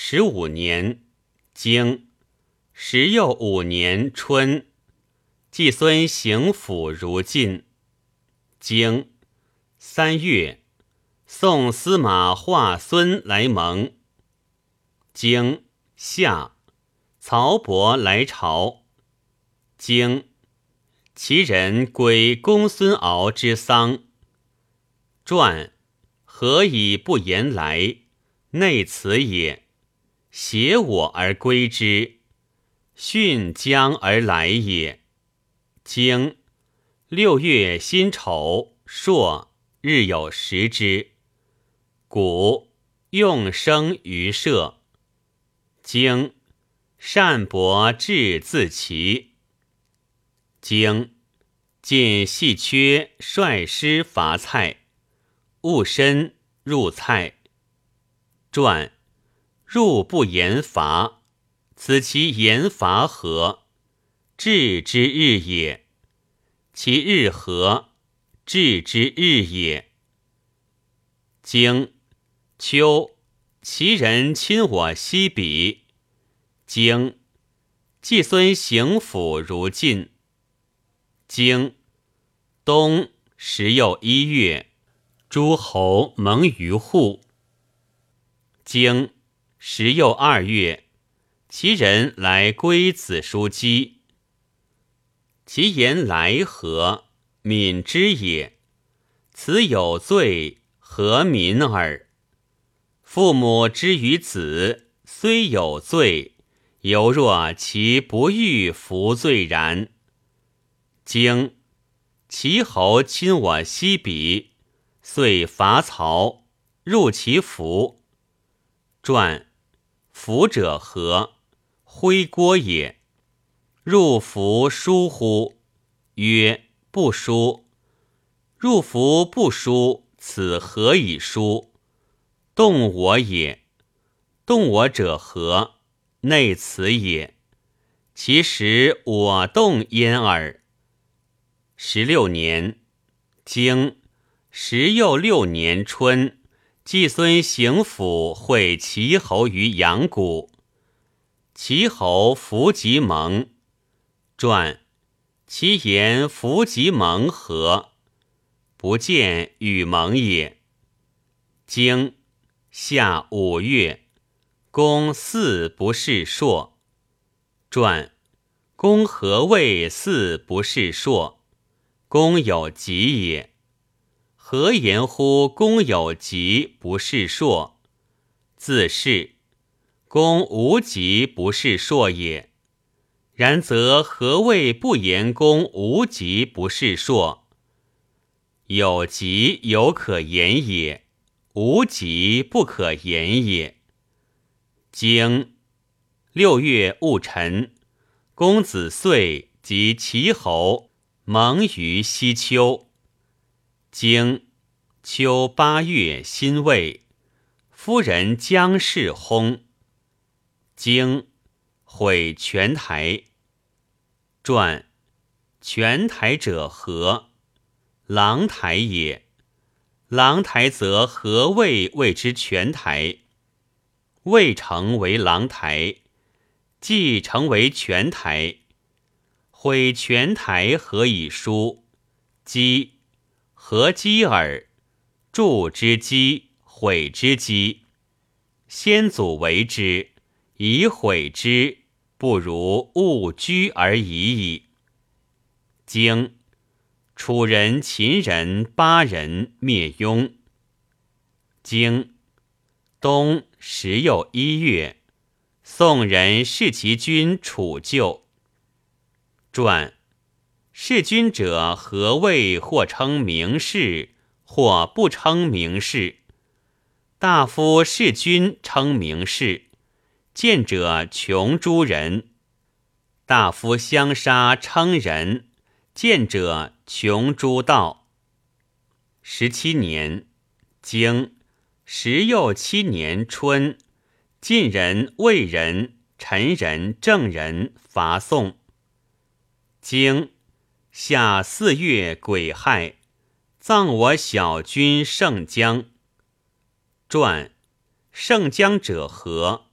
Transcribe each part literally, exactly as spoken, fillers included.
十五年，经十又五年春，季孙行府如晋。经三月，宋司马华孙来蒙。经夏，曹伯来朝。经其人归公孙敖之丧。传何以不言来？内此也。挟我而归之，训将而来也。经六月辛丑朔，日有食之。谷用生于社。经单伯至自齐。经晋细缺率师伐蔡，戊申入蔡。传入不言伐，此其言伐何？至之日也。其日何？至之日也。经秋，其人亲我西鄙。经季孙行府如晋。经冬，十又一月，诸侯盟于户。经十又二月，其人来归子叔姬。其言来何？敏之也。此有罪，何民耳？父母之于子，虽有罪，犹若其不欲服罪然。经齐侯亲我西鄙，遂伐曹，入其府。传服者何？挥郭也。入服疏乎？曰不疏。入服不疏，此何以疏？动我也。动我者何？内此也。其实我动焉耳。十六年，经十又六年春，季孙行府会齐侯于阳谷。齐侯弗及盟。传其言弗及盟何？不见与盟也。经夏五月，公嗣不是硕。传公何谓嗣不是硕？公有疾也。何言乎公有疾不是硕？自是。公无疾不是硕也。然则何谓不言公无疾不是硕？有疾有可言也，无疾不可言也。经六月戊辰，公子遂及齐侯盟于西丘。经秋八月辛未，夫人姜氏薨。经毁泉台。传泉台者何？郎台也。郎台则何谓谓之泉台？未成为郎台，既成为泉台。毁泉台何以书？积何积耳？筑之积，毁之积。先祖为之，以毁之，不如勿居而已矣。经楚人、秦人、巴人灭雍。经冬十又一月，宋人弑其君楚旧。传弑君者何谓或称名士，或不称名士？大夫弑君称名士，见者穷诸人。大夫相杀称人，见者穷诸道。十七年，经十又七年春，晋人、魏人、陈人、郑人伐宋。经夏四月癸亥，葬我小君盛姜。传盛姜者何？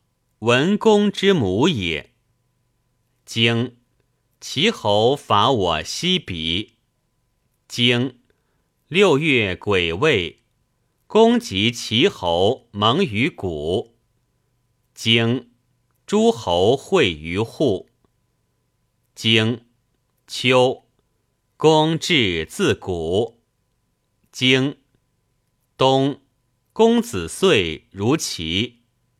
文公之母也。经，齐侯伐我西鄙。经，六月癸未，公及齐侯盟于谷。经，诸侯会于户。经，秋，公至自谷。经，冬，公子遂如齐。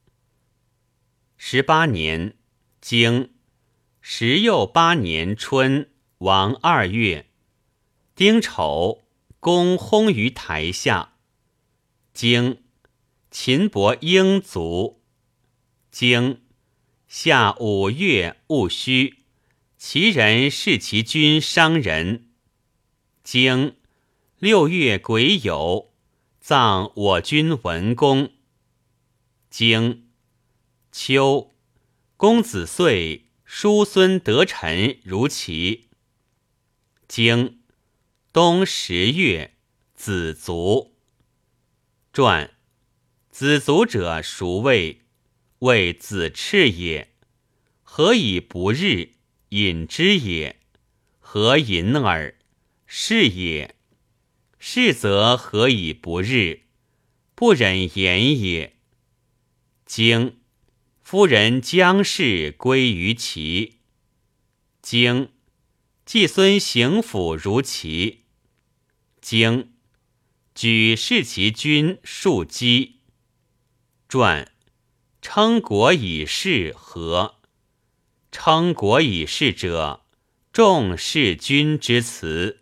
十八年，经，十又八年春，王二月，丁丑，公薨于台下。经，秦伯婴卒。经，夏五月戊戌，齐人弑其君伤人。经，六月癸酉，葬我君文公。经，秋，公子遂叔孙得臣如齐。经，冬十月，子卒。传，子卒者孰谓？谓子赤也。何以不日？饮之也。何饮耳？是也。是则何以不日？不忍言也。经，夫人将氏归于齐。经，季孙行府如齐。经，举弑其君庶姬。传，称国以事何？称国以事者，重弑君之辞。